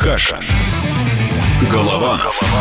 Кашин. Голованов.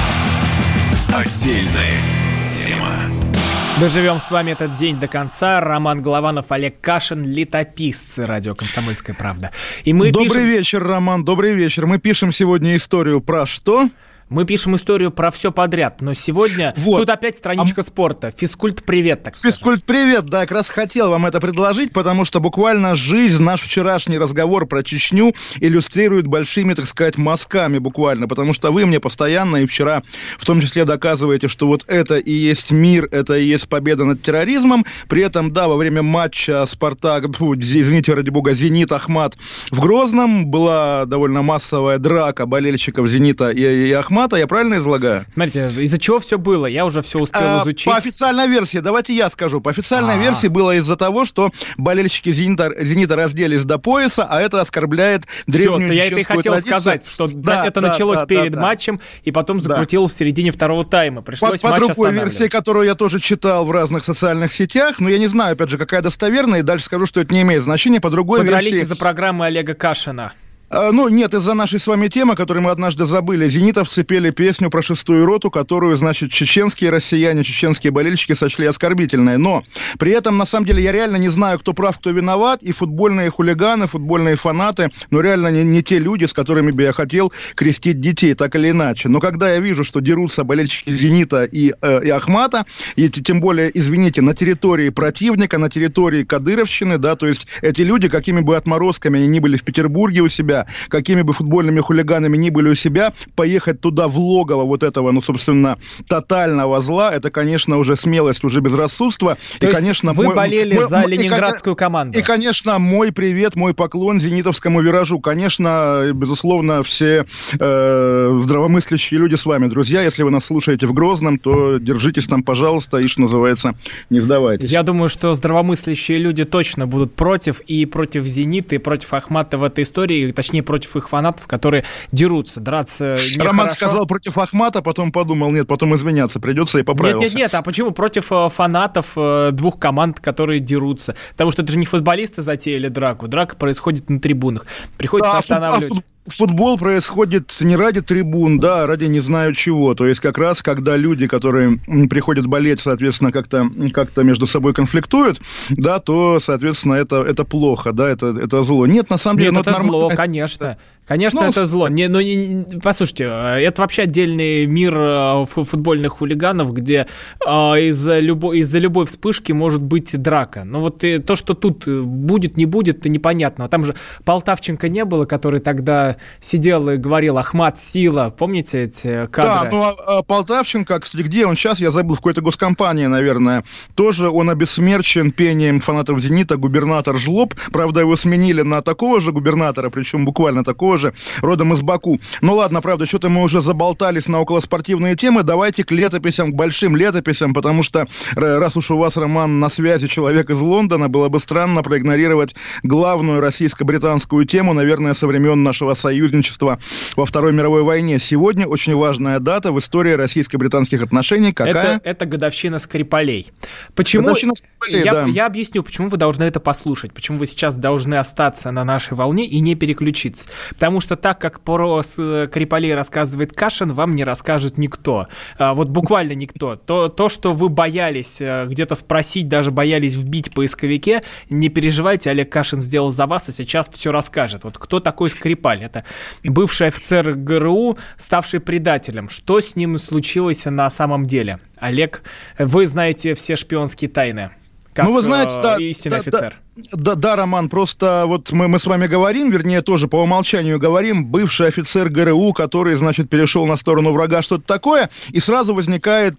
Отдельная тема. Доживем с вами этот день до конца. Роман Голованов, Олег Кашин, летописцы радио «Комсомольская правда». И мы Добрый вечер, Роман, добрый вечер. Мы пишем сегодня историю про что? Мы пишем историю про все подряд, но сегодня тут опять страничка спорта. Физкульт-привет, так сказать. Физкульт-привет, да, как раз хотел вам это предложить, потому что буквально жизнь, наш вчерашний разговор про Чечню иллюстрирует большими, так сказать, мазками буквально, потому что вы мне постоянно и вчера в том числе доказываете, что вот это и есть мир, это и есть победа над терроризмом. При этом, да, во время матча «Спартак», извините, ради бога, «Зенит», «Ахмат» в Грозном была довольно массовая драка болельщиков «Зенита» и «Ахмата». Я правильно излагаю? Смотрите, из-за чего все было? Я уже все успел изучить. По официальной версии, давайте я скажу. По официальной версии было из-за того, что болельщики «Зенита» разделись до пояса, а это оскорбляет древнюю чеченскую традицию. Я это и хотел сказать, что это началось перед матчем, и потом закрутилось в середине второго тайма. Пришлось матч останавливать. Под другой версией, которую я тоже читал в разных социальных сетях, но я не знаю, опять же, какая достоверная, и дальше скажу, что это не имеет значения. По другой версии... Подрались из-за программы Олега Кашина. Ну, нет, из-за нашей с вами темы, которую мы однажды забыли. Зенитовцы пели песню про 6-ю роту, которую, значит, чеченские россияне, чеченские болельщики сочли оскорбительной. Но при этом, на самом деле, я реально не знаю, кто прав, кто виноват. И футбольные хулиганы, футбольные фанаты, но реально не те люди, с которыми бы я хотел крестить детей, так или иначе. Но когда я вижу, что дерутся болельщики «Зенита» и «Ахмата», и тем более, извините, на территории противника, на территории кадыровщины, да, то есть эти люди, какими бы отморозками они ни были в Петербурге у себя, какими бы футбольными хулиганами ни были у себя, поехать туда в логово вот этого, ну, собственно, тотального зла, это, конечно, уже смелость, уже безрассудство. То есть конечно, вы болели за ленинградскую команду. И, конечно, мой привет, мой поклон зенитовскому виражу. Конечно, безусловно, все здравомыслящие люди с вами, друзья. Если вы нас слушаете в Грозном, то держитесь там, пожалуйста, и, что называется, не сдавайтесь. Я думаю, что здравомыслящие люди точно будут против, и против «Зенита», и против «Ахмата» в этой истории, точнее, против их фанатов, которые дерутся. Драться нехорошо. Роман сказал против «Ахмата», потом подумал, нет, потом извиняться придется, и поправился. Нет, а почему против фанатов двух команд, которые дерутся? Потому что это же не футболисты затеяли драку. Драка происходит на трибунах. Приходится останавливать. Футбол происходит не ради трибун, да, а ради не знаю чего. То есть как раз, когда люди, которые приходят болеть, соответственно, как-то между собой конфликтуют, да, то, соответственно, это плохо, да, это зло. Нет, на самом деле, это зло, конечно. Конечно, это зло. Послушайте, это вообще отдельный мир футбольных хулиганов, где из-за любой вспышки может быть драка. Но вот то, что тут будет, не будет, это непонятно. Там же Полтавченко не было, который тогда сидел и говорил: «Ахмат, сила». Помните эти кадры? Да, но Полтавченко, кстати, где он сейчас? Я забыл, в какой-то госкомпании, наверное. Тоже он обессмерчен пением фанатов «Зенита», губернатор Жлоб. Правда, его сменили на такого же губернатора, причем буквально такого же, родом из Баку. Ну ладно, правда, что-то мы уже заболтались на околоспортивные темы. Давайте к летописям, к большим летописям, потому что, раз уж у вас, Роман, на связи человек из Лондона, было бы странно проигнорировать главную российско-британскую тему, наверное, со времен нашего союзничества во Второй мировой войне. Сегодня очень важная дата в истории российско-британских отношений. Какая? Это годовщина Скрипалей. Почему? Годовщина Скрипалей, да. Я объясню, почему вы должны это послушать, почему вы сейчас должны остаться на нашей волне и не переключиться. Потому что так, как про Скрипалей рассказывает Кашин, вам не расскажет никто. Вот буквально никто. То, что вы боялись где-то спросить, даже боялись вбить в поисковике, не переживайте, Олег Кашин сделал за вас и сейчас все расскажет. Вот кто такой Скрипаль? Это бывший офицер ГРУ, ставший предателем. Что с ним случилось на самом деле? Олег, вы знаете все шпионские тайны. Как вы знаете, истинный офицер. Да, Роман, просто вот мы с вами говорим, вернее, тоже по умолчанию говорим, бывший офицер ГРУ, который, значит, перешел на сторону врага, что-то такое, и сразу возникает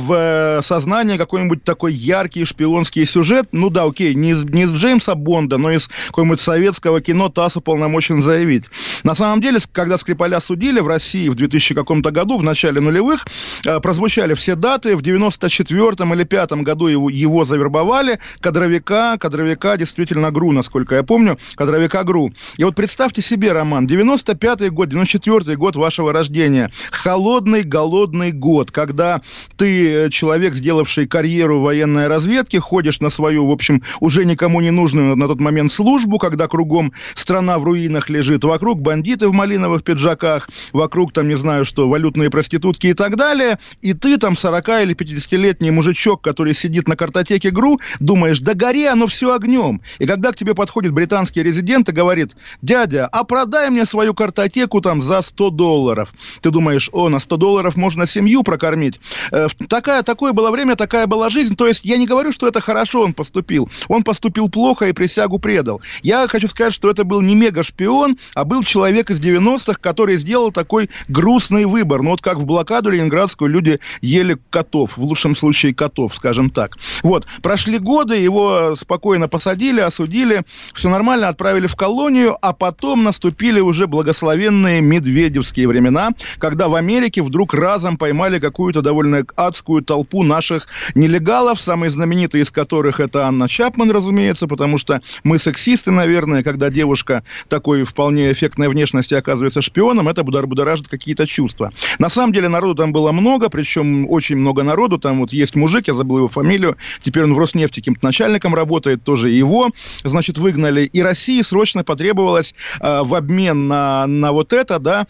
в сознании какой-нибудь такой яркий шпионский сюжет. Ну да, окей, не из Джеймса Бонда, но из какого-нибудь советского кино ТАСС уполномочен заявить. На самом деле, когда Скрипаля судили в России в 2000 каком-то году, в начале нулевых, прозвучали все даты. В 94-м или 95-м году его завербовали, кадровика действительно ГРУ, насколько я помню, кадровика ГРУ. И вот представьте себе, Роман, 95-й год, 94-й год вашего рождения, холодный, голодный год, когда ты человек, сделавший карьеру в военной разведке, ходишь на свою, в общем, уже никому не нужную на тот момент службу, когда кругом страна в руинах лежит, вокруг бандиты в малиновых пиджаках, вокруг, там, не знаю что, валютные проститутки и так далее, и ты там 40 или 50-летний мужичок, который сидит на картотеке ГРУ, думаешь, да гори оно все огнем. И когда к тебе подходит британский резидент и говорит: дядя, а продай мне свою картотеку там за $100. Ты думаешь, на $100 можно семью прокормить. Такое было время, такая была жизнь. То есть я не говорю, что это хорошо он поступил. Он поступил плохо и присягу предал. Я хочу сказать, что это был не мега-шпион, а был человек из 90-х, который сделал такой грустный выбор. Ну вот как в блокаду ленинградскую люди ели котов, в лучшем случае котов, скажем так. Вот, прошли годы, его спокойно посадили, осудили, все нормально, отправили в колонию, а потом наступили уже благословенные медведевские времена, когда в Америке вдруг разом поймали какую-то довольно адскую толпу наших нелегалов, самые знаменитые из которых это Анна Чапман, разумеется, потому что мы сексисты, наверное, когда девушка такой вполне эффектной внешности оказывается шпионом, это будоражит какие-то чувства. На самом деле народу там было много, причем очень много народу, там вот есть мужик, я забыл его фамилию, теперь он в Роснефти каким-то начальником работает, тоже его, значит, выгнали, и России срочно потребовалось в обмен на вот это, да,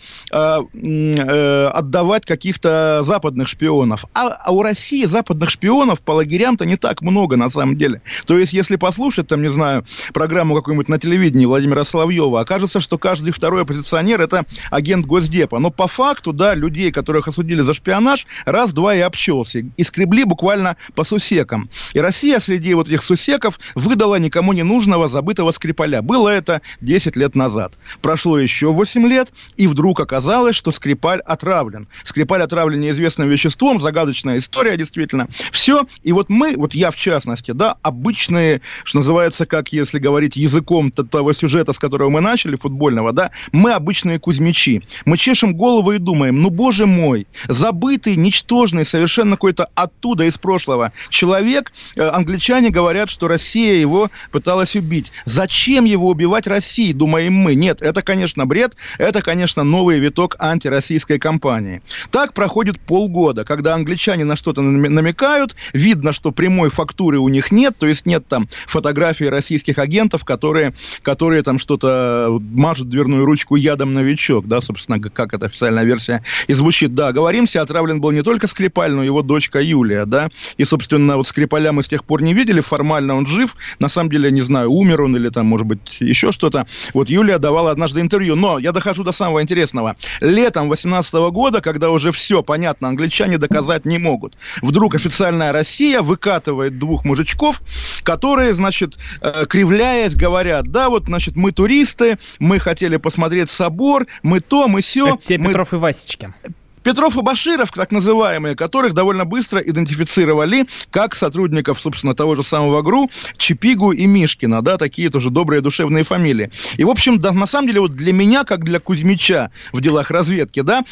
отдавать каких-то западных шпионов. А у России западных шпионов по лагерям-то не так много, на самом деле. То есть, если послушать, там, не знаю, программу какую-нибудь на телевидении Владимира Соловьева, окажется, что каждый второй оппозиционер — это агент Госдепа. Но по факту, да, людей, которых осудили за шпионаж, раз-два и обчелся. И скребли буквально по сусекам. И Россия среди вот этих сусеков выдала никому не нужного, забытого Скрипаля. Было это 10 лет назад. Прошло еще 8 лет, и вдруг оказалось, что Скрипаль отравлен. Скрипаль отравлен неизвестным веществом, загадочная история, действительно. Все, и вот мы, вот я в частности, да, обычные, что называется, как если говорить языком того сюжета, с которого мы начали, футбольного, да, мы обычные кузьмичи. Мы чешем голову и думаем, ну, боже мой, забытый, ничтожный, совершенно какой-то оттуда, из прошлого человек, англичане говорят, что Россия его пыталась убить. Зачем его убивать России, думаем мы? Нет, это, конечно, бред, это, конечно, новый виток антироссийской кампании. Так проходит полгода, когда англичане на что-то намекают, видно, что прямой фактуры у них нет, то есть нет там фотографий российских агентов, которые там что-то мажут дверную ручку ядом новичок, да, собственно, как эта официальная версия и звучит. Да, говоримся, отравлен был не только Скрипаль, но и его дочка Юлия, да, и, собственно, вот Скрипаля мы с тех пор не видели, формально он жив, на самом деле, не знаю, умер он или там, может быть, еще что-то. Вот Юлия давала однажды интервью, но я дохожу до самого интересного. Летом 2018 года, когда уже все понятно, англичане доказать не могут, вдруг официальная Россия выкатывает двух мужичков, которые, значит, кривляясь, говорят, да, вот, значит, мы туристы, мы хотели посмотреть собор, мы то, мы сё. Это те Петров и Васечки. Петров и Баширов, так называемые, которых довольно быстро идентифицировали как сотрудников, собственно, того же самого ГРУ, Чипигу и Мишкина, да, такие тоже добрые душевные фамилии. И, в общем, да, на самом деле, вот для меня, как для Кузьмича в делах разведки, да,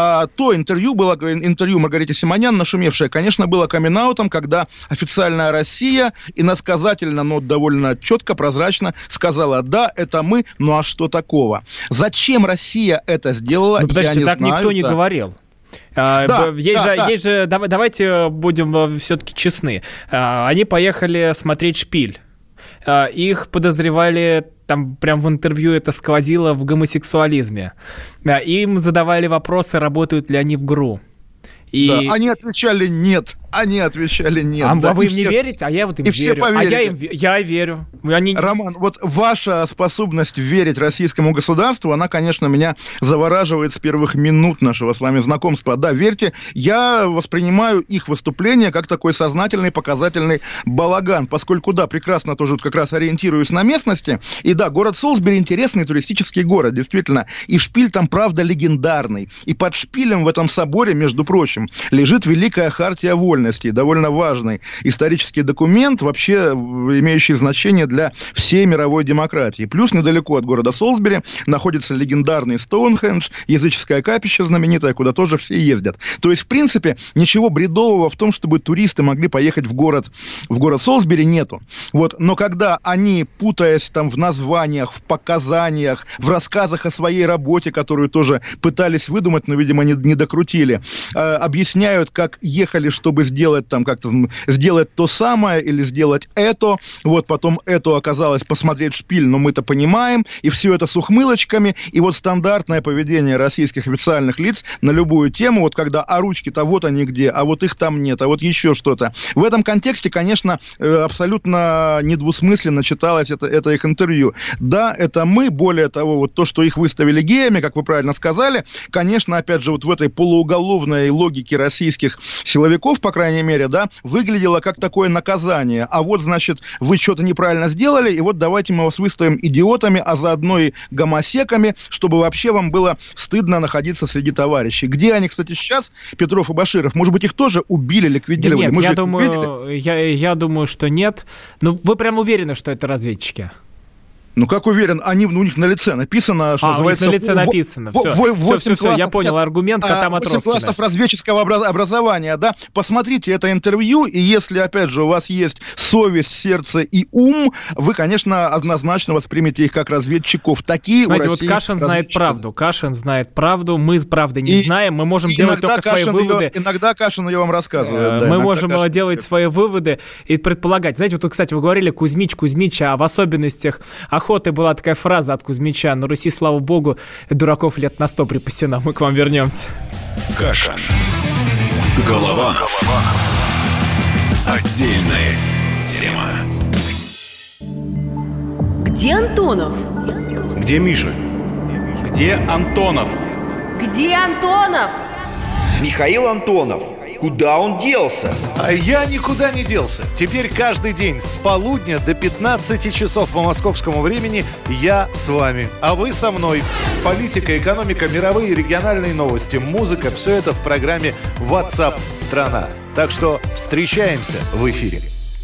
то интервью было, интервью Маргариты Симонян, нашумевшее, конечно, было камин-аутом, когда официальная Россия иносказательно, но довольно четко, прозрачно сказала, да, это мы, ну а что такого? Зачем Россия это сделала, ну, подождите, я не так знаю. Никто не говорил. Есть же, давайте будем все-таки честны. Они поехали смотреть «Шпиль». Их подозревали, там прям в интервью это сквозило, в гомосексуализме. Им задавали вопросы, работают ли они в ГРУ. Да, они отвечали нет. А вы им не верите? А я вот им верю. Все поверили. Я верю. Роман, вот ваша способность верить российскому государству, она, конечно, меня завораживает с первых минут нашего с вами знакомства. Да, верьте, я воспринимаю их выступление как такой сознательный, показательный балаган, поскольку, да, прекрасно тоже как раз ориентируюсь на местности. И да, город Солсбери интересный туристический город, действительно. И Шпиль там, правда, легендарный. И под Шпилем в этом соборе, между прочим, лежит Великая Хартия Вольности. вольностей, довольно важный исторический документ, вообще имеющий значение для всей мировой демократии. Плюс недалеко от города Солсбери находится легендарный Стоунхендж, языческое капище знаменитое, куда тоже все ездят. То есть, в принципе, ничего бредового в том, чтобы туристы могли поехать в город Солсбери, нету. Вот. Но когда они, путаясь там в названиях, в показаниях, в рассказах о своей работе, которую тоже пытались выдумать, но, видимо, не докрутили, объясняют, как ехали, чтобы сделать там как-то сделать то самое или сделать это, вот потом это оказалось посмотреть шпиль, но мы-то понимаем, и все это с ухмылочками, и вот стандартное поведение российских официальных лиц на любую тему, вот когда, а ручки-то вот они где, а вот их там нет, а вот еще что-то. В этом контексте, конечно, абсолютно недвусмысленно читалось это их интервью. Да, это мы, более того, вот то, что их выставили геями, как вы правильно сказали, конечно, опять же, вот в этой полууголовной логике российских силовиков, по крайней мере, да, выглядело как такое наказание. А вот, значит, вы что-то неправильно сделали, и вот давайте мы вас выставим идиотами, а заодно и гомосеками, чтобы вообще вам было стыдно находиться среди товарищей. Где они, кстати, сейчас, Петров и Баширов? Может быть, их тоже убили, ликвидировали? Да нет, я думаю, что нет. Ну, вы прям уверены, что это разведчики? Ну, как уверен, у них на лице написано, что называется... у них на лице написано. Все, я понял аргумент кота Матроскина. 8 классов разведческого образования, да. Посмотрите это интервью, и если, опять же, у вас есть совесть, сердце и ум, вы, конечно, однозначно воспримете их как разведчиков. Такие знаете, у России вот Кашин знает правду, мы правды не знаем, мы можем делать только свои выводы. Иногда Кашин ее вам рассказывает. Мы можем делать свои выводы и предполагать. Знаете, вот, кстати, вы говорили Кузьмич, а в особенностях охоты была такая фраза от Кузьмича: на Руси, слава богу, дураков лет на 100 припасено. Мы к вам вернемся. Кашин. Голованов. Отдельная тема. Где Антонов? Где Миша? Где Антонов? Где Антонов? Михаил Антонов. Куда он делся? А я никуда не делся. Теперь каждый день с полудня до 15 часов по московскому времени я с вами, а вы со мной. Политика, экономика, мировые и региональные новости, музыка – все это в программе WhatsApp страна. Так что встречаемся в эфире.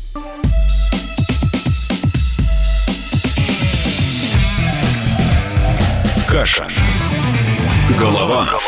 Кашин. Голованов.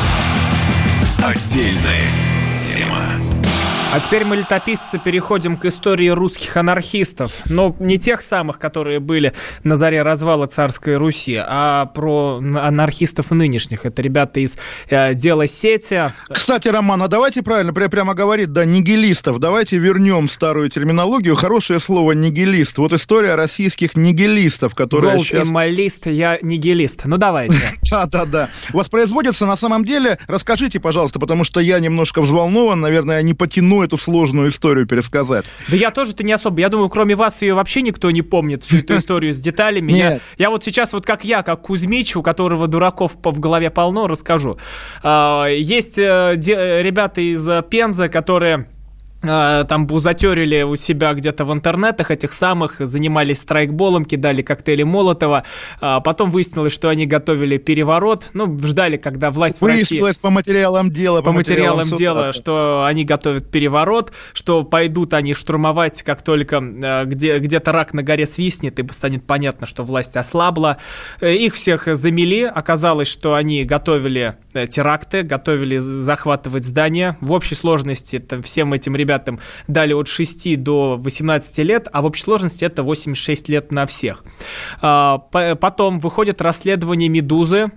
Отдельная тема. А теперь мы, летописцы, переходим к истории русских анархистов. Но не тех самых, которые были на заре развала царской Руси, а про анархистов нынешних. Это ребята из «Дела сети». Кстати, Роман, а давайте правильно, прямо говорить, да, нигилистов. Давайте вернем старую терминологию. Хорошее слово «нигилист». Вот история российских нигилистов, которые Голд сейчас... иммалист, я нигилист. Ну, давайте. Да. Воспроизводится на самом деле... Расскажите, пожалуйста, потому что я немножко взволнован, наверное, не потяну эту сложную историю пересказать. Да я тоже-то не особо. Я думаю, кроме вас ее вообще никто не помнит, всю эту историю с деталями. Я вот сейчас, вот как Кузьмич, у которого дураков в голове полно, расскажу. Есть ребята из Пензы, которые... там бузатерили у себя где-то в интернетах этих самых, занимались страйкболом, кидали коктейли Молотова. Потом выяснилось, что они готовили переворот. Ждали, когда власть в России... Выяснилось по материалам дела. По материалам дела, что они готовят переворот, что пойдут они штурмовать, как только где-то рак на горе свистнет, и станет понятно, что власть ослабла. Их всех замели. Оказалось, что они готовили теракты, готовили захватывать здания. В общей сложности всем этим ребятам дали от 6 до 18 лет, а в общей сложности это 86 лет на всех. Потом выходит расследование «Медузы».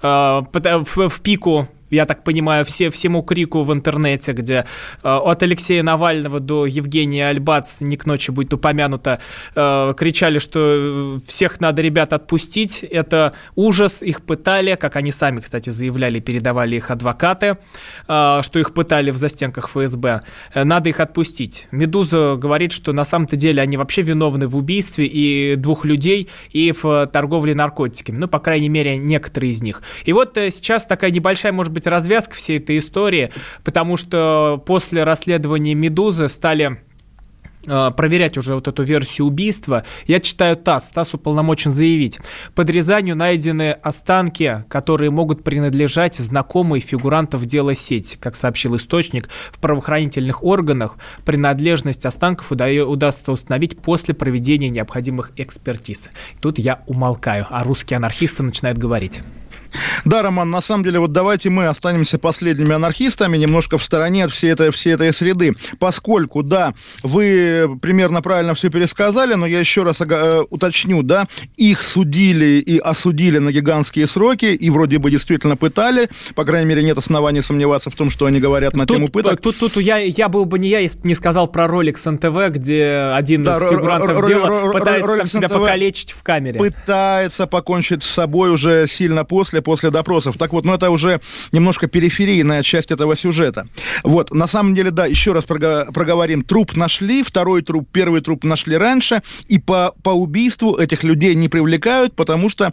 В пику, я так понимаю, всему крику в интернете, где от Алексея Навального до Евгения Альбац, не к ночи будет упомянуто, кричали, что всех надо, ребят, отпустить. Это ужас, их пытали, как они сами, кстати, заявляли, передавали их адвокаты, что их пытали в застенках ФСБ. Надо их отпустить. «Медуза» говорит, что на самом-то деле они вообще виновны в убийстве и 2 людей, и в торговле наркотиками. По крайней мере, некоторые из них. И вот сейчас такая небольшая, может быть, развязка всей этой истории, потому что после расследования «Медузы» стали проверять уже вот эту версию убийства. Я читаю ТАСС. ТАСС уполномочен заявить. Под Рязанью найдены останки, которые могут принадлежать знакомой фигурантов дела сеть. Как сообщил источник, в правоохранительных органах принадлежность останков удастся установить после проведения необходимых экспертиз. Тут я умолкаю, а русские анархисты начинают говорить. Да, Роман, на самом деле, вот давайте мы останемся последними анархистами, немножко в стороне от всей этой среды, поскольку, да, вы примерно правильно все пересказали, но я еще раз уточню, да, их судили и осудили на гигантские сроки, и вроде бы действительно пытали, по крайней мере, нет оснований сомневаться в том, что они говорят на тему пыток. Тут я был бы не я, если бы не сказал про ролик с НТВ, где один из фигурантов дела пытается там себя покалечить в камере. Пытается покончить с собой уже сильно после допросов. Так вот, ну это уже немножко периферийная часть этого сюжета. Вот, на самом деле, да, еще раз проговорим. Труп нашли, второй труп, первый труп нашли раньше, и по убийству этих людей не привлекают, потому что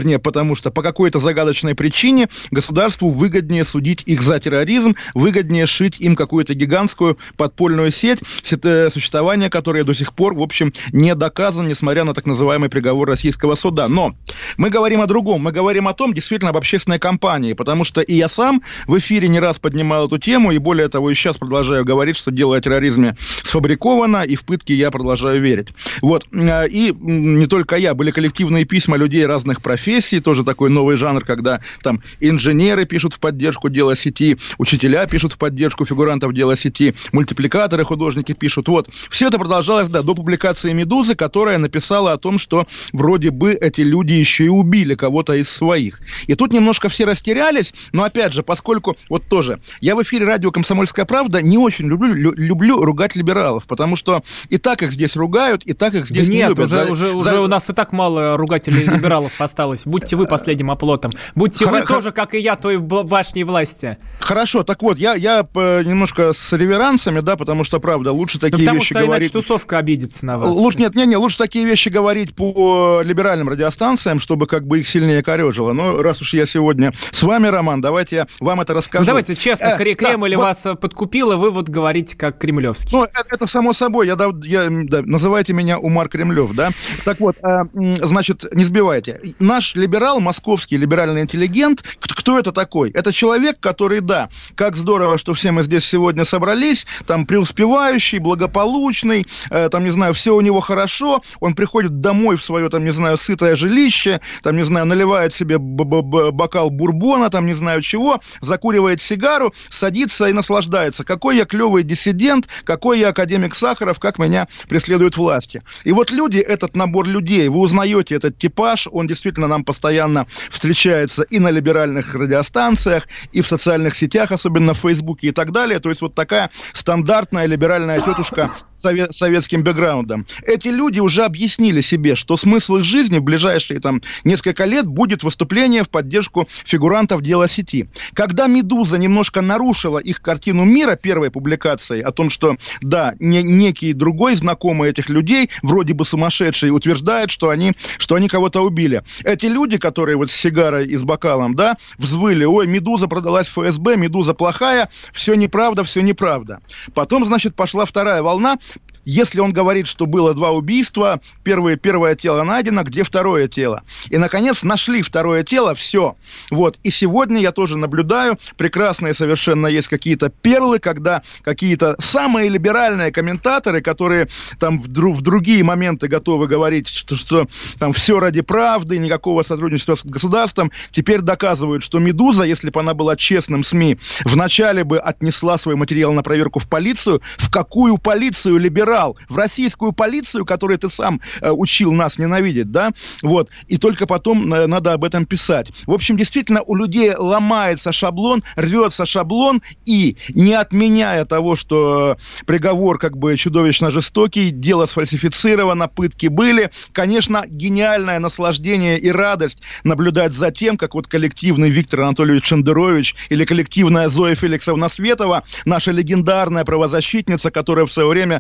по какой-то загадочной причине государству выгоднее судить их за терроризм, выгоднее шить им какую-то гигантскую подпольную сеть, существование которой до сих пор, в общем, не доказано, несмотря на так называемый приговор российского суда. Но мы говорим о другом. Мы говорим о том, действительно, об общественной кампании, потому что и я сам в эфире не раз поднимал эту тему, и более того, и сейчас продолжаю говорить, что дело о терроризме сфабриковано, и в пытки я продолжаю верить. Вот. И не только я, были коллективные письма людей разных профессий, тоже такой новый жанр, когда там инженеры пишут в поддержку дела сети, учителя пишут в поддержку фигурантов дела сети, мультипликаторы, художники пишут. Вот. Все это продолжалось, да, до публикации «Медузы», которая написала о том, что вроде бы эти люди еще и убили кого-то из своих. И тут немножко все растерялись, но опять же, поскольку, вот тоже, я в эфире радио «Комсомольская правда» не очень люблю ругать либералов, потому что и так их здесь ругают, и так их здесь не любят. Нет, уже у нас и так мало ругателей либералов осталось. Будьте вы последним оплотом. Будьте вы тоже, как и я, той башней власти. Хорошо, так вот, я немножко с реверансами, да, потому что, правда, лучше такие вещи говорить... Потому что иначе тусовка обидится на вас. Лучше такие вещи говорить по либеральным радиостанциям, чтобы как бы их сильнее корежило. Но раз уж я сегодня с вами, Роман, давайте я вам это расскажу. Ну, давайте честно, Кремль вас подкупил, и вы вот говорите как кремлевский. Ну, это само собой. Называйте меня Умар Кремлев, да? Так вот, значит, не сбивайте. Наш либерал, московский либеральный интеллигент, кто это такой? Это человек, который, да, как здорово, что все мы здесь сегодня собрались, там преуспевающий, благополучный, там, не знаю, все у него хорошо, он приходит домой в свое, там, не знаю, сытое жилище, там, не знаю, наливает себе бокал бурбона, там, не знаю чего, закуривает сигару, садится и наслаждается. Какой я клевый диссидент, какой я академик Сахаров, как меня преследуют власти. И вот люди, этот набор людей, вы узнаете этот типаж, он действительно нам постоянно встречается и на либеральных радиостанциях, и в социальных сетях, особенно в Фейсбуке и так далее. То есть вот такая стандартная либеральная тетушка с советским бэкграундом. Эти люди уже объяснили себе, что смысл их жизни в ближайшие там несколько лет будет выступление в поддержку фигурантов дела сети. Когда «Медуза» немножко нарушила их картину мира первой публикацией о том, что, да, некий другой знакомый этих людей, вроде бы сумасшедший, утверждает, что они кого-то убили. Эти люди, которые вот с сигарой и с бокалом, да, взвыли: ой, «Медуза» продалась в ФСБ, «Медуза» плохая, все неправда, все неправда. Потом, значит, пошла вторая волна. Если он говорит, что было 2 убийства, первое тело найдено, где второе тело? И, наконец, нашли второе тело, все. Вот. И сегодня я тоже наблюдаю, прекрасные совершенно есть какие-то перлы, когда какие-то самые либеральные комментаторы, которые там в другие моменты готовы говорить, что там все ради правды, никакого сотрудничества с государством, теперь доказывают, что «Медуза», если бы она была честным СМИ, вначале бы отнесла свой материал на проверку в полицию. В какую полицию либерал? В российскую полицию, которую ты сам учил нас ненавидеть, да? Вот. И только потом надо об этом писать. В общем, действительно, у людей ломается шаблон, рвется шаблон, и не отменяя того, что приговор как бы чудовищно жестокий, дело сфальсифицировано, пытки были, конечно, гениальное наслаждение и радость наблюдать за тем, как вот коллективный Виктор Анатольевич Шендерович или коллективная Зоя Феликсовна Светова, наша легендарная правозащитница, которая в свое время так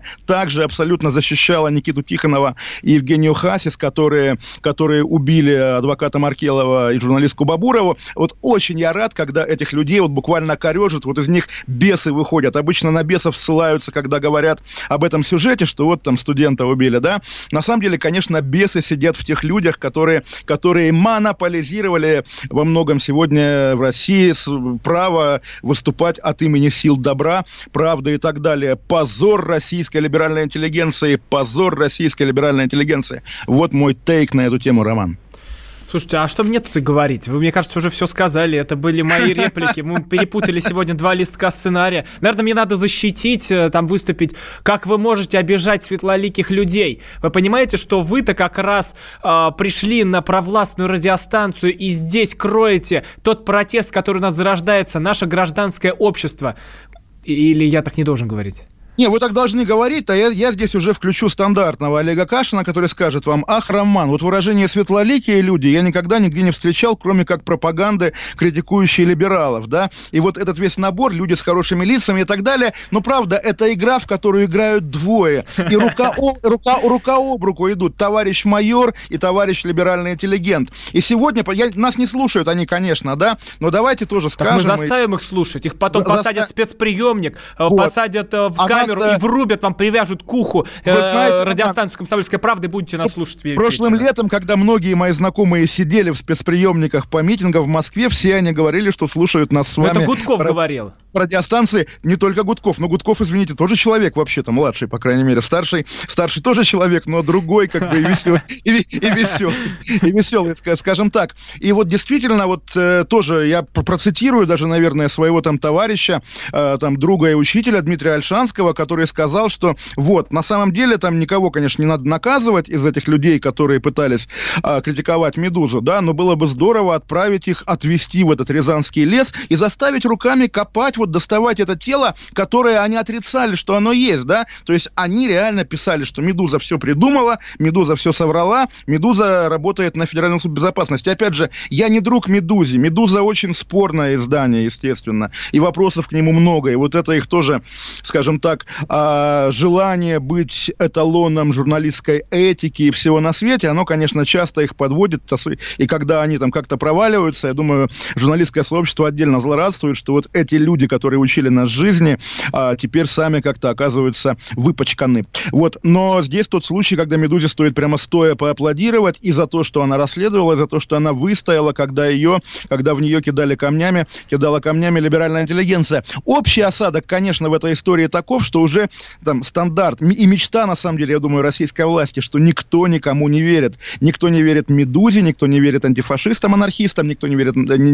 также абсолютно защищала Никиту Тихонова и Евгению Хасис, которые убили адвоката Маркелова и журналистку Бабурову. Вот очень я рад, когда этих людей вот буквально корежат, вот из них бесы выходят. Обычно на бесов ссылаются, когда говорят об этом сюжете, что вот там студента убили, да. На самом деле, конечно, бесы сидят в тех людях, которые монополизировали во многом сегодня в России право выступать от имени сил добра, правды и так далее. Позор российской либеральной интеллигенции, позор российской либеральной интеллигенции. Вот мой тейк на эту тему, Роман. Слушайте, а что мне тут и говорить? Вы, мне кажется, уже все сказали. Это были мои реплики. Мы перепутали сегодня 2 листка сценария. Наверное, мне надо защитить, там выступить. Как вы можете обижать светлоликих людей? Вы понимаете, что вы-то как раз пришли на провластную радиостанцию и здесь кроете тот протест, который у нас зарождается, наше гражданское общество. Или я так не должен говорить? Не, вы так должны говорить, а я здесь уже включу стандартного Олега Кашина, который скажет вам: ах, Роман, вот выражение «светлоликие люди» я никогда нигде не встречал, кроме как пропаганды, критикующей либералов, да, и вот этот весь набор, люди с хорошими лицами и так далее, но правда, это игра, в которую играют двое, и рука об руку идут товарищ майор и товарищ либеральный интеллигент, и сегодня, нас не слушают они, конечно, да, но давайте тоже скажем... Так мы заставим их слушать, их потом посадят в спецприемник, вот. Посадят в камеру, и врубят, вам привяжут к уху радиостанцию «Комсомольская правда» и будете нас слушать. Прошлым летом, когда многие мои знакомые сидели в спецприемниках по митингам в Москве, все они говорили, что слушают нас с вами. Это Гудков говорил. Радиостанции, не только Гудков, но Гудков, извините, тоже человек вообще-то, младший, по крайней мере, старший тоже человек, но другой, как бы, и веселый, скажем так. И вот действительно, вот тоже я процитирую даже, наверное, своего там товарища, там, друга и учителя Дмитрия Ольшанского, который сказал, что вот, на самом деле там никого, конечно, не надо наказывать из этих людей, которые пытались критиковать «Медузу», да, но было бы здорово отправить их, отвезти в этот Рязанский лес и заставить руками копать, вот доставать это тело, которое они отрицали, что оно есть, да, то есть они реально писали, что «Медуза» все придумала, «Медуза» все соврала, «Медуза» работает на Федеральном службе безопасности. Опять же, я не друг «Медузе», «Медуза» очень спорное издание, естественно, и вопросов к нему много, и вот это их тоже, скажем так, желание быть эталоном журналистской этики и всего на свете, оно, конечно, часто их подводит, и когда они там как-то проваливаются, я думаю, журналистское сообщество отдельно злорадствует, что вот эти люди, которые учили нас жизни, теперь сами как-то оказываются выпачканы. Вот, но здесь тот случай, когда «Медузе» стоит прямо стоя поаплодировать и за то, что она расследовала, и за то, что она выстояла, когда в нее кидала камнями либеральная интеллигенция. Общий осадок, конечно, в этой истории таков, что уже там стандарт и мечта, на самом деле, я думаю, российской власти, что никто никому не верит. Никто не верит «Медузе», никто не верит антифашистам, анархистам, никто не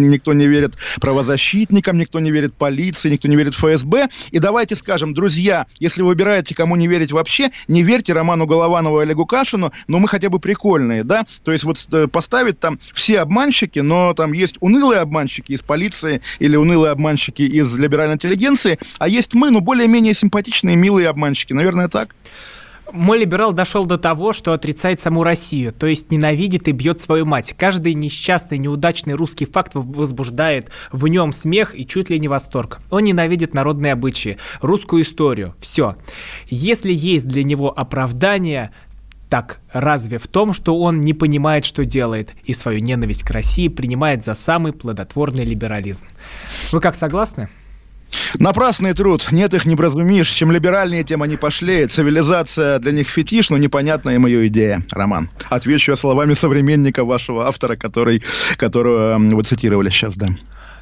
верит правозащитникам, никто не верит полиции, никто не верит ФСБ. И давайте скажем, друзья, если вы выбираете, кому не верить вообще, не верьте Роману Голованову и Олегу Кашину, но мы хотя бы прикольные, да? То есть вот поставить там все обманщики, но там есть унылые обманщики из полиции или унылые обманщики из либеральной интеллигенции, а есть мы, более-менее симпатичные, милые обманщики. Наверное, так? Мой либерал дошел до того, что отрицает саму Россию, то есть ненавидит и бьет свою мать. Каждый несчастный, неудачный русский факт возбуждает в нем смех и чуть ли не восторг. Он ненавидит народные обычаи, русскую историю, все. Если есть для него оправдание, так разве в том, что он не понимает, что делает, и свою ненависть к России принимает за самый плодотворный либерализм. Вы как, согласны? Напрасный труд, нет их не вразумишь. Чем либеральнее, тем они пошлее. Цивилизация для них фетиш, но непонятная им ее идея. Роман, отвечу я словами современника вашего автора, которого вы цитировали сейчас, да.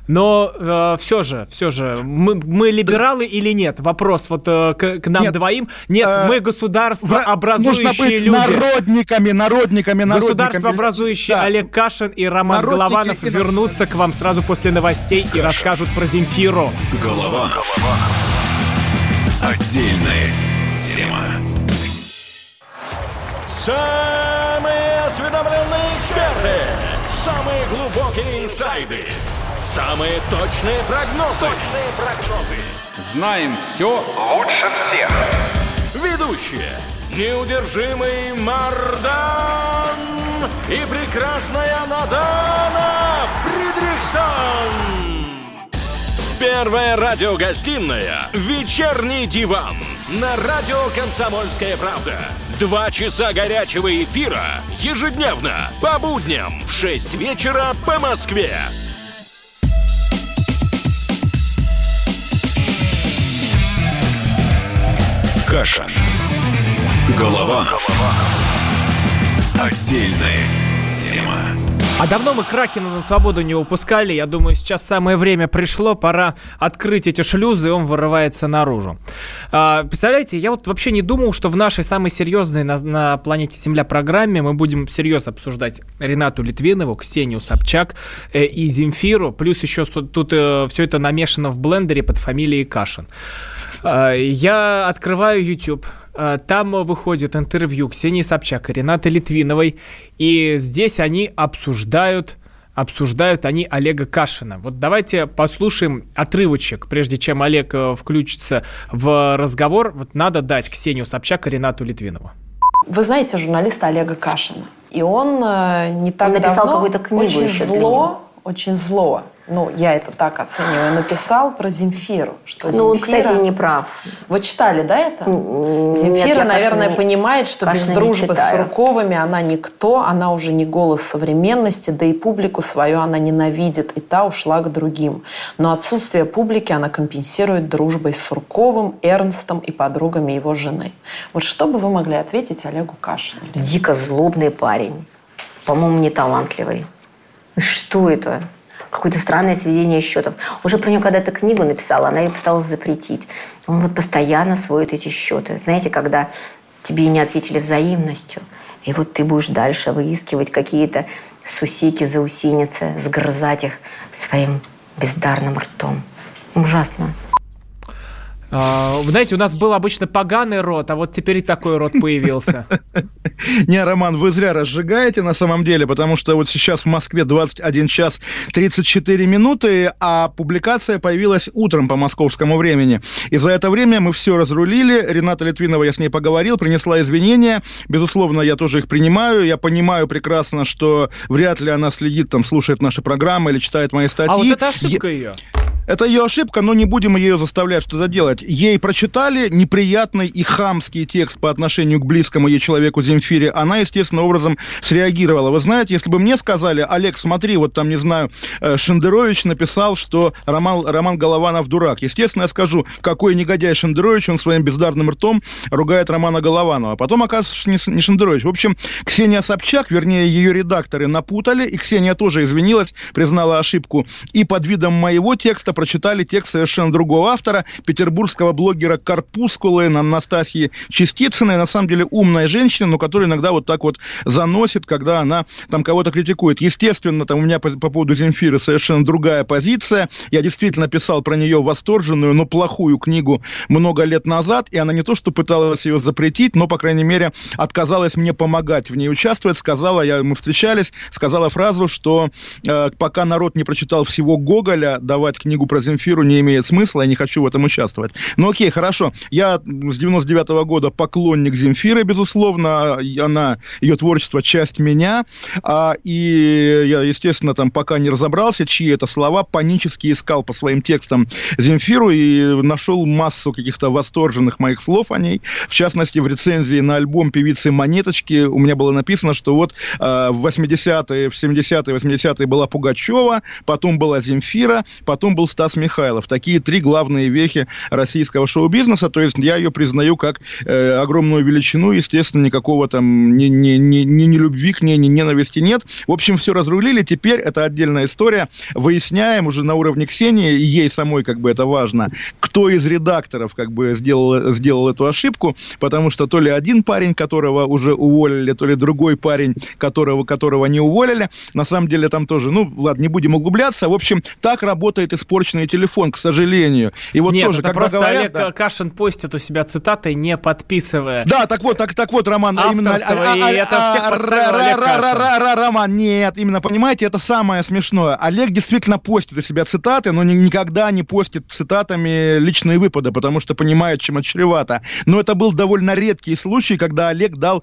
Но все же, мы либералы или нет? Вопрос вот к нам нет, двоим. Нет, мы государствообразующие люди. Народниками. Государствообразующие да. Олег Кашин и Роман Голованов вернутся к вам сразу после новостей и расскажут про Земфиру. Голованов. Отдельная тема. Самые осведомленные эксперты. Самые глубокие инсайды. Самые точные прогнозы. Знаем все лучше всех. Ведущие. Неудержимый Мардан и прекрасная Надана Фридрихсон. Первая радиогостинная «Вечерний диван» на радио «Комсомольская правда». 2 часа горячего эфира ежедневно по будням в 6 вечера по Москве. Кашин. Голованов. Отдельная тема. А давно мы Кракена на свободу не выпускали. Я думаю, сейчас самое время пришло. Пора открыть эти шлюзы, и он вырывается наружу. Представляете, я вот вообще не думал, что в нашей самой серьезной на планете Земля программе мы будем всерьез обсуждать Ренату Литвинову, Ксению Собчак и Земфиру. Плюс еще тут все это намешано в блендере под фамилией Кашин. Я открываю YouTube. Там выходит интервью Ксении Собчак и Ренаты Литвиновой, и здесь они обсуждают они Олега Кашина. Вот давайте послушаем отрывочек, прежде чем Олег включится в разговор. Вот надо дать Ксению Собчак и Ренату Литвинову. Вы знаете журналиста Олега Кашина, и он не так написал давно какую-то книгу очень зло, ну, я это так оцениваю, написал про Земфиру. Что Ну, Земфира... он, кстати, не прав. Вы читали, да, это? Нет, Земфира, наверное, понимает, что без Кашина дружбы с Сурковыми она никто, она уже не голос современности, да и публику свою она ненавидит, и та ушла к другим. Но отсутствие публики она компенсирует дружбой с Сурковым, Эрнстом и подругами его жены. Вот что бы вы могли ответить Олегу Кашину? Дико злобный парень. По-моему, неталантливый. Что это? Какое-то странное сведение счетов. Уже про нее когда-то книгу написала, она ее пыталась запретить. Он вот постоянно сводит эти счеты. Знаете, когда тебе не ответили взаимностью, и вот ты будешь дальше выискивать какие-то сусеки, заусеницы, сгрызать их своим бездарным ртом. Ужасно. Знаете, у нас был обычно поганый рот, а вот теперь и такой рот появился. Не, Роман, вы зря разжигаете на самом деле, потому что вот сейчас в Москве 21 час 34 минуты, а публикация появилась утром по московскому времени. И за это время мы все разрулили. Рената Литвинова, я с ней поговорил, принесла извинения. Безусловно, я тоже их принимаю. Я понимаю прекрасно, что вряд ли она следит, там, слушает наши программы или читает мои статьи. А вот это ошибка ее. Это ее ошибка, но не будем ее заставлять что-то делать. Ей прочитали неприятный и хамский текст по отношению к близкому ей человеку Земфире. Она, естественным образом, среагировала. Вы знаете, если бы мне сказали: Олег, смотри, вот там, не знаю, Шендерович написал, что Роман Голованов дурак. Естественно, я скажу, какой негодяй Шендерович, он своим бездарным ртом ругает Романа Голованова. Потом, оказывается, не Шендерович. В общем, Ксения Собчак, вернее, ее редакторы напутали, и Ксения тоже извинилась, признала ошибку. И под видом моего текста прочитали текст совершенно другого автора, петербургского блогера Корпускулы Настасьи Частицыной. На самом деле умная женщина, но которая иногда вот так вот заносит, когда она там кого-то критикует. Естественно, там у меня по поводу Земфиры совершенно другая позиция. Я действительно писал про нее восторженную, но плохую книгу много лет назад, и она не то что пыталась ее запретить, но, по крайней мере, отказалась мне помогать в ней участвовать. Мы встречались, сказала фразу, что пока народ не прочитал всего Гоголя, давать книгу про Земфиру не имеет смысла, я не хочу в этом участвовать. Ну окей, хорошо. Я с 99-го года поклонник Земфиры, безусловно. Ее творчество — часть меня. И я, естественно, там пока не разобрался, чьи это слова, панически искал по своим текстам Земфиру и нашел массу каких-то восторженных моих слов о ней. В частности, в рецензии на альбом певицы Монеточки у меня было написано, что вот в 80-е, в 70-е, 80-е была Пугачева, потом была Земфира, потом был Стас Михайлов. Такие 3 главные вехи российского шоу-бизнеса. То есть я ее признаю как огромную величину. Естественно, никакого там ни любви к ней, ни ненависти нет. В общем, все разрулили. Теперь это отдельная история. Выясняем уже на уровне Ксении, и ей самой как бы это важно, кто из редакторов как бы сделал эту ошибку, потому что то ли один парень, которого уже уволили, то ли другой парень, которого не уволили. На самом деле там тоже, ну ладно, не будем углубляться. В общем, так работает испорченный телефон, к сожалению. И вот нет, тоже, это когда просто говорят, Олег Кашин постит у себя цитаты, не подписывая. Да, так вот, Роман, именно... и это всех подставил Олег Кашин. Роман, нет, именно, понимаете, это самое смешное. Олег действительно постит у себя цитаты, но никогда не постит цитатами личные выпады, потому что понимает, чем это чревато. Но это был довольно редкий случай, когда Олег дал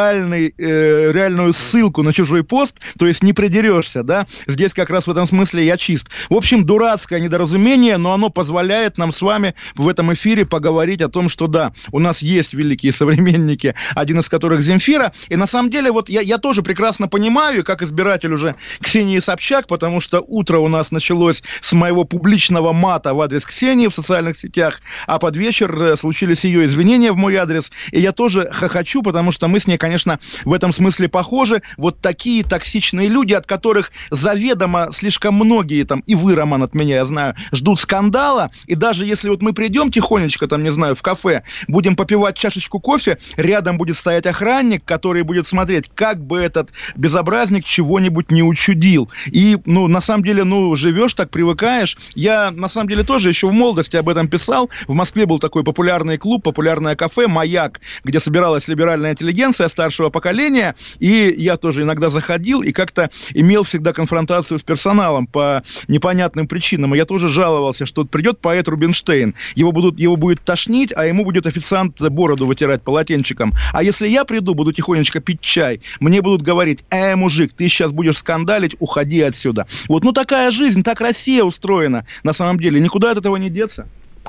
реальную ссылку на чужой пост, то есть не придерешься, да? Здесь как раз в этом смысле я чист. В общем, дурацкая, недоразумение, но оно позволяет нам с вами в этом эфире поговорить о том, что да, у нас есть великие современники, один из которых Земфира, и на самом деле вот я тоже прекрасно понимаю, как избиратель уже Ксении Собчак, потому что утро у нас началось с моего публичного мата в адрес Ксении в социальных сетях, а под вечер случились ее извинения в мой адрес, и я тоже хохочу, потому что мы с ней, конечно, в этом смысле похожи. Вот такие токсичные люди, от которых заведомо слишком многие, там, и вы, Роман, от меня, я знаю, ждут скандала, и даже если вот мы придем тихонечко, там, не знаю, в кафе, будем попивать чашечку кофе, рядом будет стоять охранник, который будет смотреть, как бы этот безобразник чего-нибудь не учудил. И, на самом деле, живешь так, привыкаешь. Я, на самом деле, тоже еще в молодости об этом писал. В Москве был такой популярный клуб, популярное кафе «Маяк», где собиралась либеральная интеллигенция старшего поколения, и я тоже иногда заходил и как-то имел всегда конфронтацию с персоналом по непонятным причинам. И я тоже жаловался, что придет поэт Рубинштейн, его будет тошнить, а ему будет официант бороду вытирать полотенчиком. А если я приду, буду тихонечко пить чай, мне будут говорить: мужик, ты сейчас будешь скандалить, уходи отсюда. Вот, такая жизнь, так Россия устроена на самом деле, никуда от этого не деться.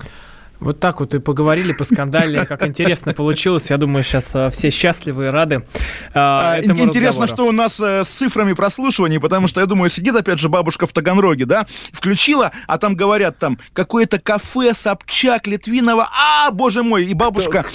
Вот так вот и поговорили, поскандалили, как интересно получилось. Я думаю, сейчас все счастливы и рады этому Интересно, разговору. что у нас с цифрами прослушиваний, потому что, я думаю, сидит опять же бабушка в Таганроге, да, включила, а там говорят, там, какое-то кафе, Собчак, Литвинова, боже мой, и бабушка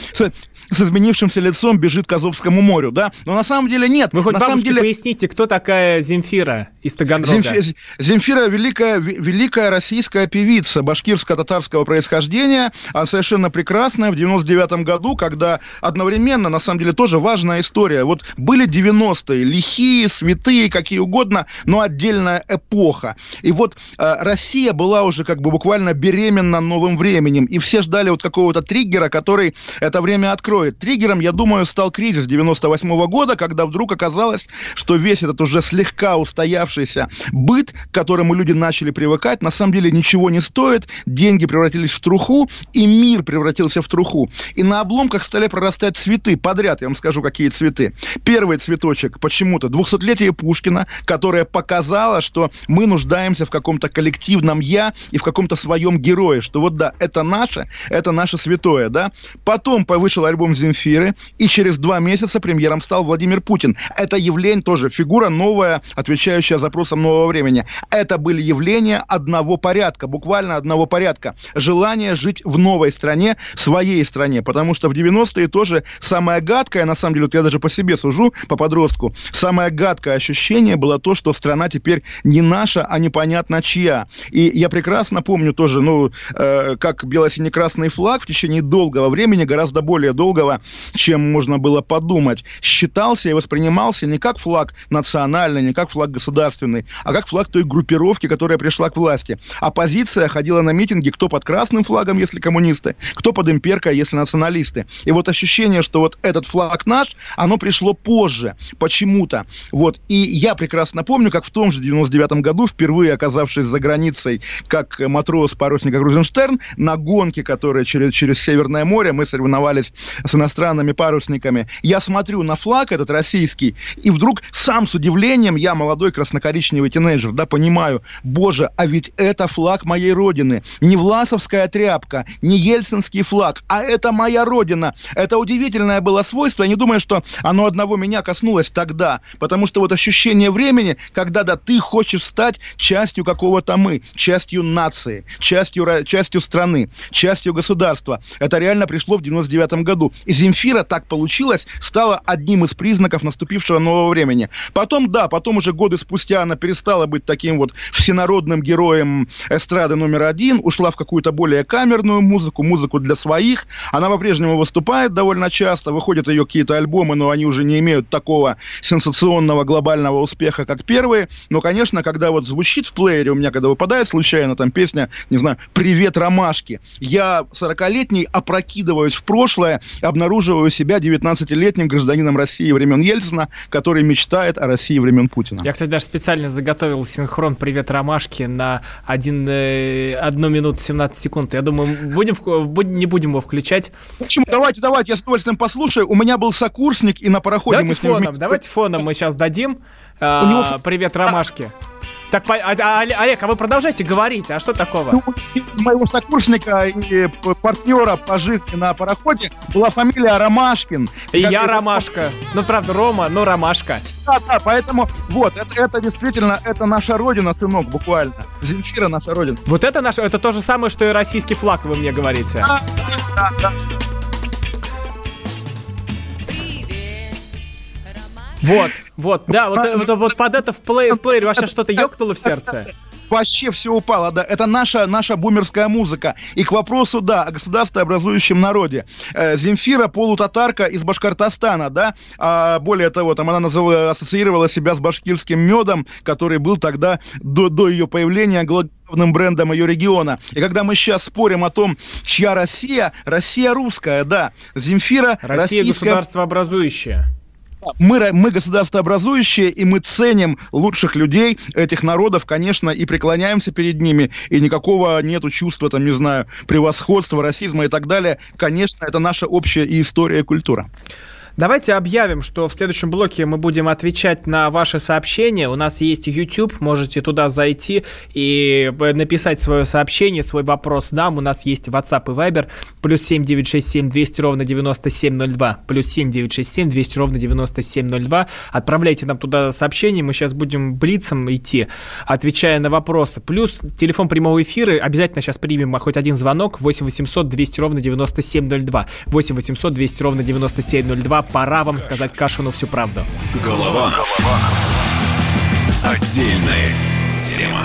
с изменившимся лицом бежит к Азовскому морю, да, но на самом деле нет. Вы хоть на бабушке самом деле... поясните, кто такая Земфира из Таганрога? Земфира великая российская певица башкирско-татарского происхождения. Она совершенно прекрасная. В 99-м году, когда одновременно, на самом деле, тоже важная история. Вот были 90-е, лихие, святые, какие угодно, но отдельная эпоха. И вот Россия была уже как бы буквально беременна новым временем. И все ждали вот какого-то триггера, который это время откроет. Триггером, я думаю, стал кризис 98-го года, когда вдруг оказалось, что весь этот уже слегка устоявшийся быт, к которому люди начали привыкать, на самом деле ничего не стоит. Деньги превратились в труху, и мир превратился в труху. И на обломках стали прорастать цветы подряд. Я вам скажу, какие цветы. Первый цветочек почему-то 200-летие Пушкина, которое показало, что мы нуждаемся в каком-то коллективном «я» и в каком-то своем герое. Что вот да, это наше святое, да. Потом вышел альбом Земфиры, и через 2 месяца премьером стал Владимир Путин. Это явление тоже, фигура новая, отвечающая запросам нового времени. Это были явления одного порядка, буквально одного порядка. Желание жить в новой стране, своей стране, потому что в 90-е тоже самое гадкое, на самом деле, вот я даже по себе сужу, по подростку, самое гадкое ощущение было то, что страна теперь не наша, а непонятно чья. И я прекрасно помню тоже, как бело-сине-красный флаг в течение долгого времени, гораздо более долгого, чем можно было подумать, считался и воспринимался не как флаг национальный, не как флаг государственный, а как флаг той группировки, которая пришла к власти. Оппозиция ходила на митинги, кто под красным флагом, если коммунисты, кто под имперкой, если националисты. И вот ощущение, что вот этот флаг наш, оно пришло позже, почему-то. Вот. И я прекрасно помню, как в том же 99-м году, впервые оказавшись за границей, как матрос парусника Крузенштерн, на гонке, которая через Северное море, мы соревновались с иностранными парусниками, я смотрю на флаг этот российский, и вдруг сам с удивлением, я молодой красно-коричневый тинейджер, да, понимаю, боже, а ведь это флаг моей родины, не власовская тряпка, не ельцинский флаг, а это моя родина. Это удивительное было свойство, я не думаю, что оно одного меня коснулось тогда, потому что вот ощущение времени, когда, да, ты хочешь стать частью какого-то мы, частью нации, частью страны, частью государства. Это реально пришло в 99-м году. И Земфира, так получилось, стала одним из признаков наступившего нового времени. Потом уже годы спустя она перестала быть таким вот всенародным героем эстрады номер 1, ушла в какую-то более камерную музыку для своих. Она по-прежнему выступает довольно часто, выходят ее какие-то альбомы, но они уже не имеют такого сенсационного глобального успеха, как первые. Но, конечно, когда вот звучит в плеере, у меня когда выпадает случайно там песня, не знаю, «Привет, ромашки», я 40-летний опрокидываюсь в прошлое, обнаруживаю себя 19-летним гражданином России времен Ельцина, который мечтает о России времен Путина. Я, кстати, даже специально заготовил синхрон «Привет, ромашки» на 1 минуту 17 секунд. Я думаю, не будем его включать. Почему? Давайте, я с удовольствием послушаю. У меня был сокурсник, и на пароходе давайте фоном мы сейчас дадим. «Привет, ромашки». Так, Олег, а вы продолжайте говорить, а что такого? Моего сокурсника и партнера по жизни на пароходе была фамилия Ромашкин. И я Ромашка. Ну, правда, Рома, но Ромашка. Да, поэтому вот, это действительно, это наша родина, сынок, буквально. Земфира наша родина. Вот это то же самое, что и российский флаг, вы мне говорите. Да. Вот, под это в плеере вообще что-то ёкнуло в сердце. Вообще все упало, да. Это наша бумерская музыка. И к вопросу, да, о государствообразующем народе. Земфира полутатарка из Башкортостана, да. Более того, там она ассоциировала себя с башкирским медом, который был тогда до ее появления главным брендом ее региона. И когда мы сейчас спорим о том, чья Россия русская, да. Земфира Россия государствообразующая. Мы государствообразующие, и мы ценим лучших людей этих народов, конечно, и преклоняемся перед ними, и никакого нету чувства, там, не знаю, превосходства, расизма и так далее. Конечно, это наша общая и история, и культура. Давайте объявим, что в следующем блоке мы будем отвечать на ваши сообщения. У нас есть YouTube, можете туда зайти и написать свое сообщение, свой вопрос нам. У нас есть WhatsApp и Viber, +7 967 200 ровно 9702, +7 967 200 ровно 9702. Отправляйте нам туда сообщение, мы сейчас будем блицом идти, отвечая на вопросы. Плюс телефон прямого эфира, обязательно сейчас примем хоть один звонок, 8 800 200 ровно 9702, 8 800 200 ровно 9702. Пора вам сказать Кашину всю правду. Голованов. Отдельная тема.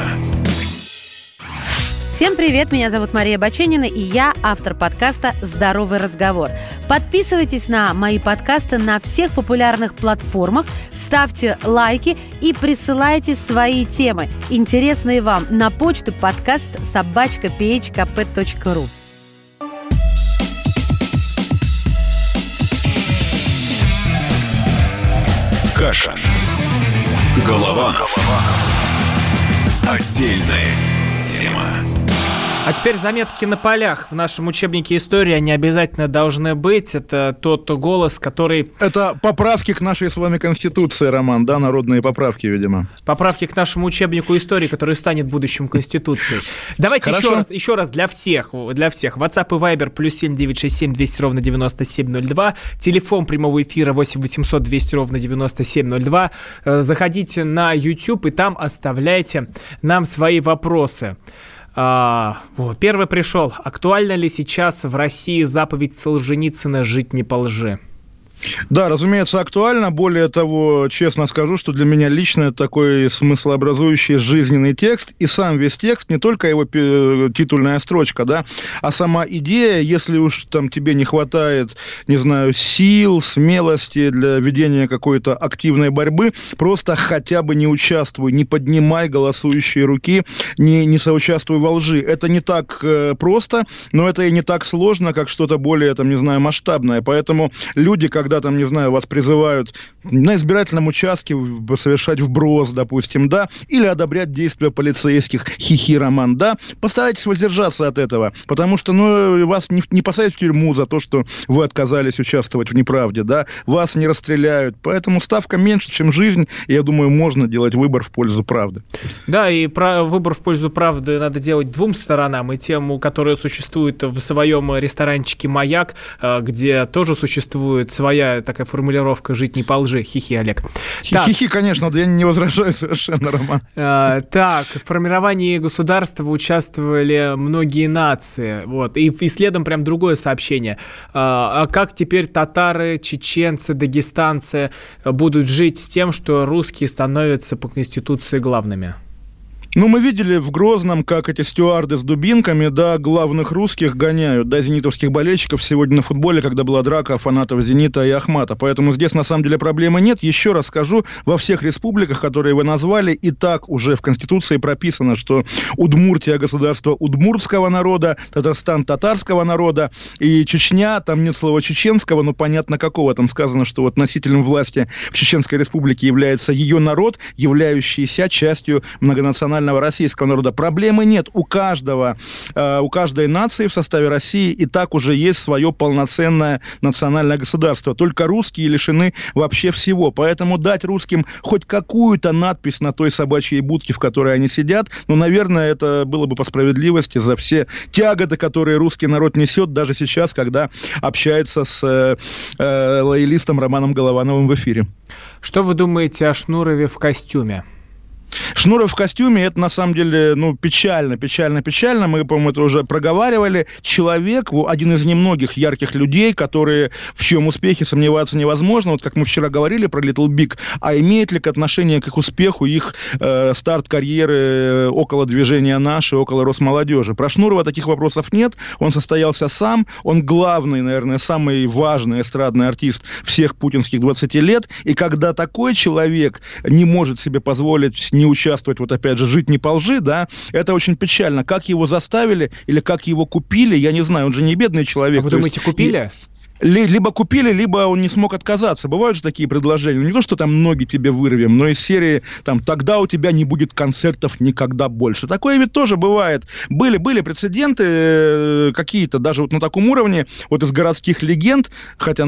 Всем привет, меня зовут Мария Баченина, и я автор подкаста «Здоровый разговор». Подписывайтесь на мои подкасты на всех популярных платформах, ставьте лайки и присылайте свои темы, интересные вам, на почту podcast@phkp.ru. Кашин. Голованов. Отдельная тема. А теперь заметки на полях. В нашем учебнике истории они обязательно должны быть. Это тот голос, который... Это поправки к нашей с вами Конституции, Роман, да? Народные поправки, видимо. Поправки к нашему учебнику истории, который станет будущим Конституцией. Давайте еще раз для всех. WhatsApp и Viber +7 967 200 ровно 9702. Телефон прямого эфира 8 800 200 ровно 9702. Заходите на YouTube и там оставляйте нам свои вопросы. Первый пришел. Актуальна ли сейчас в России заповедь Солженицына «Жить не по лжи»? Да, разумеется, актуально. Более того, честно скажу, что для меня лично это такой смыслообразующий жизненный текст. И сам весь текст, не только его титульная строчка, да, а сама идея, если уж там тебе не хватает, не знаю, сил, смелости для ведения какой-то активной борьбы, просто хотя бы не участвуй, не поднимай голосующие руки, не соучаствуй во лжи. Это не так просто, но это и не так сложно, как что-то более, там, не знаю, масштабное. Поэтому люди, когда там, не знаю, вас призывают на избирательном участке совершать вброс, допустим, да, или одобрять действия полицейских, хихи, Роман, да, постарайтесь воздержаться от этого, потому что, вас не посадят в тюрьму за то, что вы отказались участвовать в неправде, да, вас не расстреляют, поэтому ставка меньше, чем жизнь, и я думаю, можно делать выбор в пользу правды. Да, и выбор в пользу правды надо делать двум сторонам, и тем, которые существуют в своем ресторанчике «Маяк», где тоже существует своя такая формулировка «жить не по лжи». Хихи, Олег. Хихи, конечно, да я не возражаю совершенно, Роман. Так, в формировании государства участвовали многие нации. Вот. И следом прям другое сообщение. А как теперь татары, чеченцы, дагестанцы будут жить с тем, что русские становятся по Конституции главными? Мы видели в Грозном, как эти стюарды с дубинками, да, главных русских гоняют, да, зенитовских болельщиков сегодня на футболе, когда была драка фанатов «Зенита» и «Ахмата». Поэтому здесь на самом деле проблемы нет. Еще раз скажу, во всех республиках, которые вы назвали, и так уже в Конституции прописано, что Удмуртия – государство удмуртского народа, Татарстан – татарского народа, и Чечня, там нет слова чеченского, но понятно какого. Там сказано, что вот носителем власти в Чеченской республике является ее народ, являющийся частью многонационального национального российского народа. Проблемы нет. У каждой нации в составе России и так уже есть свое полноценное национальное государство. Только русские лишены вообще всего. Поэтому дать русским хоть какую-то надпись на той собачьей будке, в которой они сидят, наверное, это было бы по справедливости за все тяготы, которые русский народ несет даже сейчас, когда общается с лоялистом Романом Головановым в эфире. Что вы думаете о Шнурове в костюме? Шнуров в костюме, это на самом деле, печально. Мы, по-моему, это уже проговаривали. Человек, один из немногих ярких людей, в чьем успехе сомневаться невозможно. Вот как мы вчера говорили про Little Big, а имеет ли отношение к их успеху их старт карьеры около движения «Наши», около Росмолодежи? Про Шнурова таких вопросов нет. Он состоялся сам. Он главный, наверное, самый важный эстрадный артист всех путинских 20 лет. И когда такой человек не может себе позволить не участвовать, опять же, жить не по лжи, да, это очень печально. Как его заставили или как его купили, я не знаю, он же не бедный человек. А вы думаете, купили? Либо купили, либо он не смог отказаться. Бывают же такие предложения. Не то, что там ноги тебе вырвем, но из серии тогда у тебя не будет концертов никогда больше. Такое ведь тоже бывает. Были прецеденты какие-то, даже на таком уровне, из городских легенд, хотя,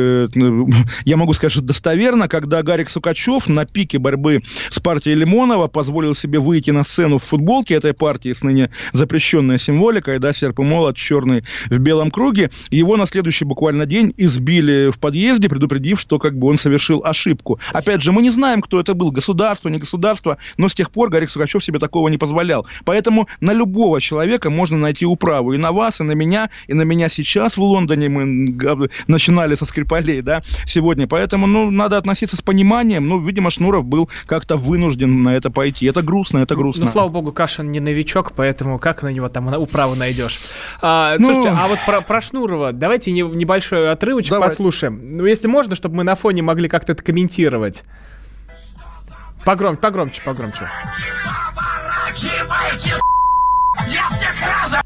я могу сказать, что достоверно, когда Гарик Сукачев на пике борьбы с партией Лимонова позволил себе выйти на сцену в футболке этой партии с ныне запрещенной символикой, да, серп и молот черный в белом круге, его на следующий буквально день избили в подъезде, предупредив, что он совершил ошибку. Опять же, мы не знаем, кто это был, государство, не государство, но с тех пор Гарик Сукачев себе такого не позволял. Поэтому на любого человека можно найти управу. И на вас, и на меня сейчас в Лондоне мы начинали со Скрипалей, да, сегодня. Поэтому, надо относиться с пониманием. Видимо, Шнуров был как-то вынужден на это пойти. Это грустно. Слава богу, Кашин не новичок, поэтому как на него там управу найдешь? Слушайте, а вот про Шнурова давайте небольшой отрывочек послушаем. Если можно, чтобы мы на фоне могли как-то это комментировать. Погромче. Я всех разом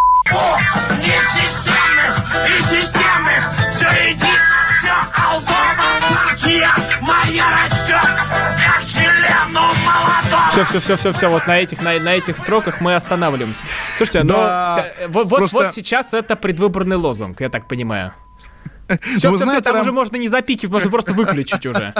несистемных и системных. Все едино, все алдово. Партия моя растет, как член молодого. Все, вот на этих строках мы останавливаемся. Слушайте, вот сейчас это предвыборный лозунг, я так понимаю. Все, там уже можно не запикивать, можно просто выключить уже.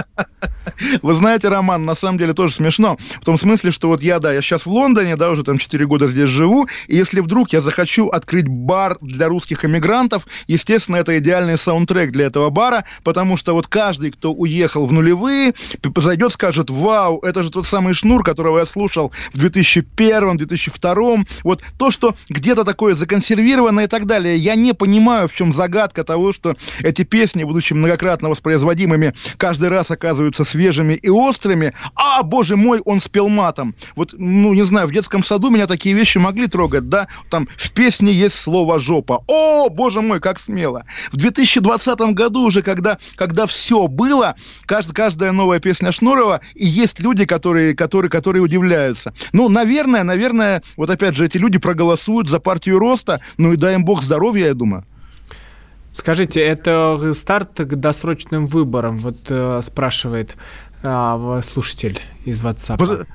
Вы знаете, Роман, на самом деле тоже смешно. В том смысле, что я сейчас в Лондоне, да, уже 4 года здесь живу, и если вдруг я захочу открыть бар для русских эмигрантов, естественно, это идеальный саундтрек для этого бара, потому что каждый, кто уехал в нулевые, зайдет, скажет: вау, это же тот самый Шнур, которого я слушал в 2001, 2002. То, что где-то такое законсервированное и так далее. Я не понимаю, в чем загадка того, что эти песни, будучи многократно воспроизводимыми, каждый раз оказываются свежими и острыми. Боже мой, он спел матом. Не знаю, в детском саду меня такие вещи могли трогать, да? Там в песне есть слово «жопа». О, боже мой, как смело. В 2020 году уже, когда все было, каждая новая песня Шнурова, и есть люди, которые удивляются. Наверное, опять же, эти люди проголосуют за партию роста, и дай им бог здоровья, я думаю. Скажите, это старт к досрочным выборам, спрашивает слушатель из WhatsApp.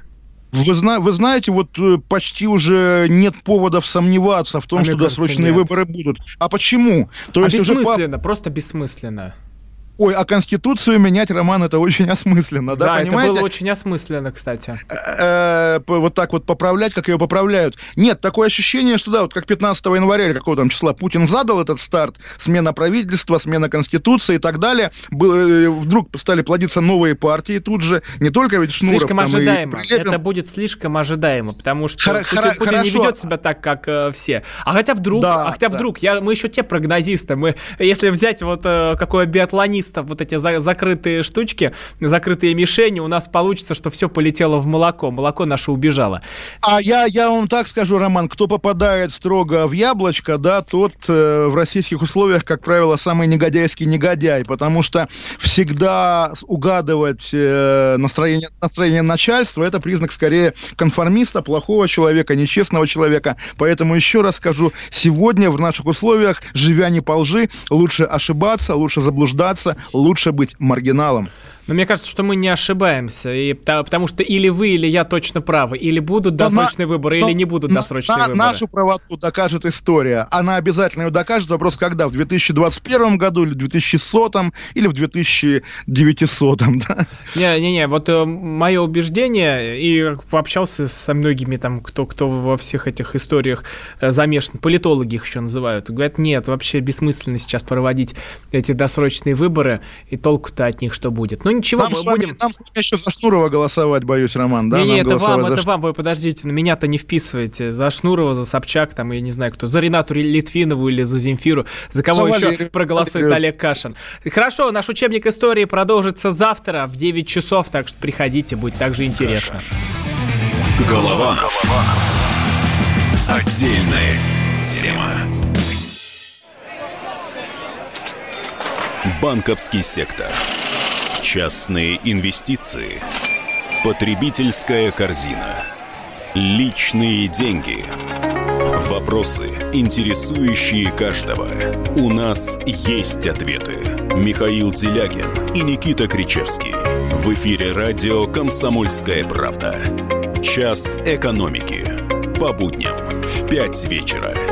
Вы знаете, почти уже нет поводов сомневаться в том, что досрочные выборы будут. А почему? Бессмысленно, просто бессмысленно. Ой, а Конституцию менять, Роман, это очень осмысленно, да, понимаете? Это было очень осмысленно, кстати. Вот так поправлять, как ее поправляют. Нет, такое ощущение, что как 15 января или какого там числа Путин задал этот старт, смена правительства, смена Конституции и так далее, вдруг стали плодиться новые партии тут же, не только ведь Шнуров. Слишком ожидаемо, это будет слишком ожидаемо, потому что Путин не ведет себя так, как все. Хотя вдруг, мы еще те прогнозисты, если взять какой биатлонист, эти закрытые штучки, закрытые мишени, у нас получится, что все полетело в молоко. Молоко наше убежало. А я вам так скажу, Роман, кто попадает строго в яблочко, да, тот в российских условиях, как правило, самый негодяйский негодяй, потому что всегда угадывать настроение начальства — это признак скорее конформиста, плохого человека, нечестного человека. Поэтому еще раз скажу, сегодня в наших условиях, живя не по лжи, лучше ошибаться, лучше заблуждаться, лучше быть маргиналом. Но мне кажется, что мы не ошибаемся, потому что или вы, или я точно правы, или будут досрочные выборы, или не будут досрочные выборы. Нашу правоту докажет история. Она обязательно ее докажет. Вопрос, когда? В 2021 году, или в 2100, или в 2900, да? Не-не-не, вот мое убеждение, и пообщался со многими там, кто во всех этих историях замешан, политологи их еще называют, говорят, нет, вообще бессмысленно сейчас проводить эти досрочные выборы, и толку-то от них что будет. Ну ничего, нам с вами еще за Шнурова голосовать, боюсь, Роман, да? Не, это вам, вы подождите, на меня-то не вписывайте, за Шнурова, за Собчак, там, я не знаю кто, за Ренату Литвинову или за Земфиру, за кого еще проголосует Олег Кашин. Хорошо, наш учебник истории продолжится завтра в 9 часов, так что приходите, будет также интересно. Голованов. Отдельная тема. Банковский сектор. Частные инвестиции. Потребительская корзина. Личные деньги. Вопросы, интересующие каждого. У нас есть ответы. Михаил Делягин и Никита Кричевский. В эфире радио «Комсомольская правда». Час экономики. По будням в 5 вечера.